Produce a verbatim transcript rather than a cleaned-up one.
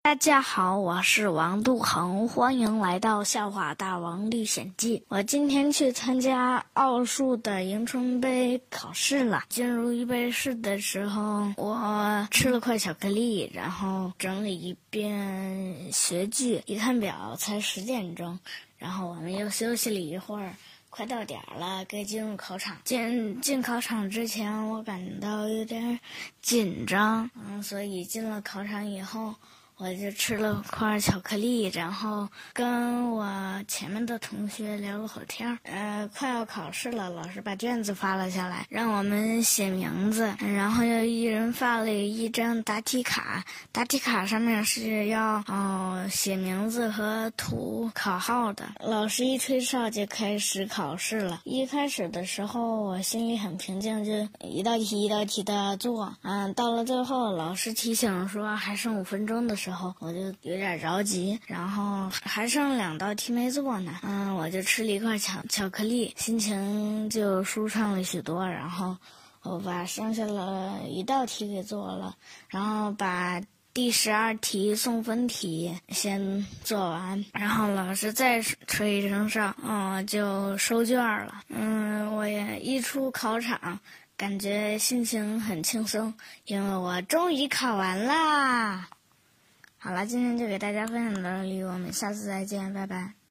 大家好，我是王杜恒，欢迎来到《笑话大王历险记》。我今天去参加奥数的迎春杯考试了。进入预备室的时候，我吃了块巧克力，然后整理一遍学具。一看表，才十点钟，然后我们又休息了一会儿。快到点了，该进入考场。进进考场之前，我感到有点紧张，嗯，所以进了考场以后，我就吃了块巧克力，然后跟我前面的同学聊了会儿天。呃，快要考试了，老师把卷子发了下来，让我们写名字，然后又一人发了一张答题卡。答题卡上面是要哦写名字和涂考号的。老师一吹哨就开始考试了。一开始的时候，我心里很平静，就一道题一道题的做。嗯，到了最后，老师提醒说还剩五分钟的时候。时候我就有点着急，然后还剩两道题没做呢，嗯，我就吃了一块巧巧克力，心情就舒畅了许多。然后我把剩下了一道题给做了，然后把第十二题送分题先做完，然后老师再吹一声哨，嗯，就收卷了。嗯，我也一出考场，感觉心情很轻松，因为我终于考完啦。好了，今天就给大家分享到这里，我们下次再见，拜拜。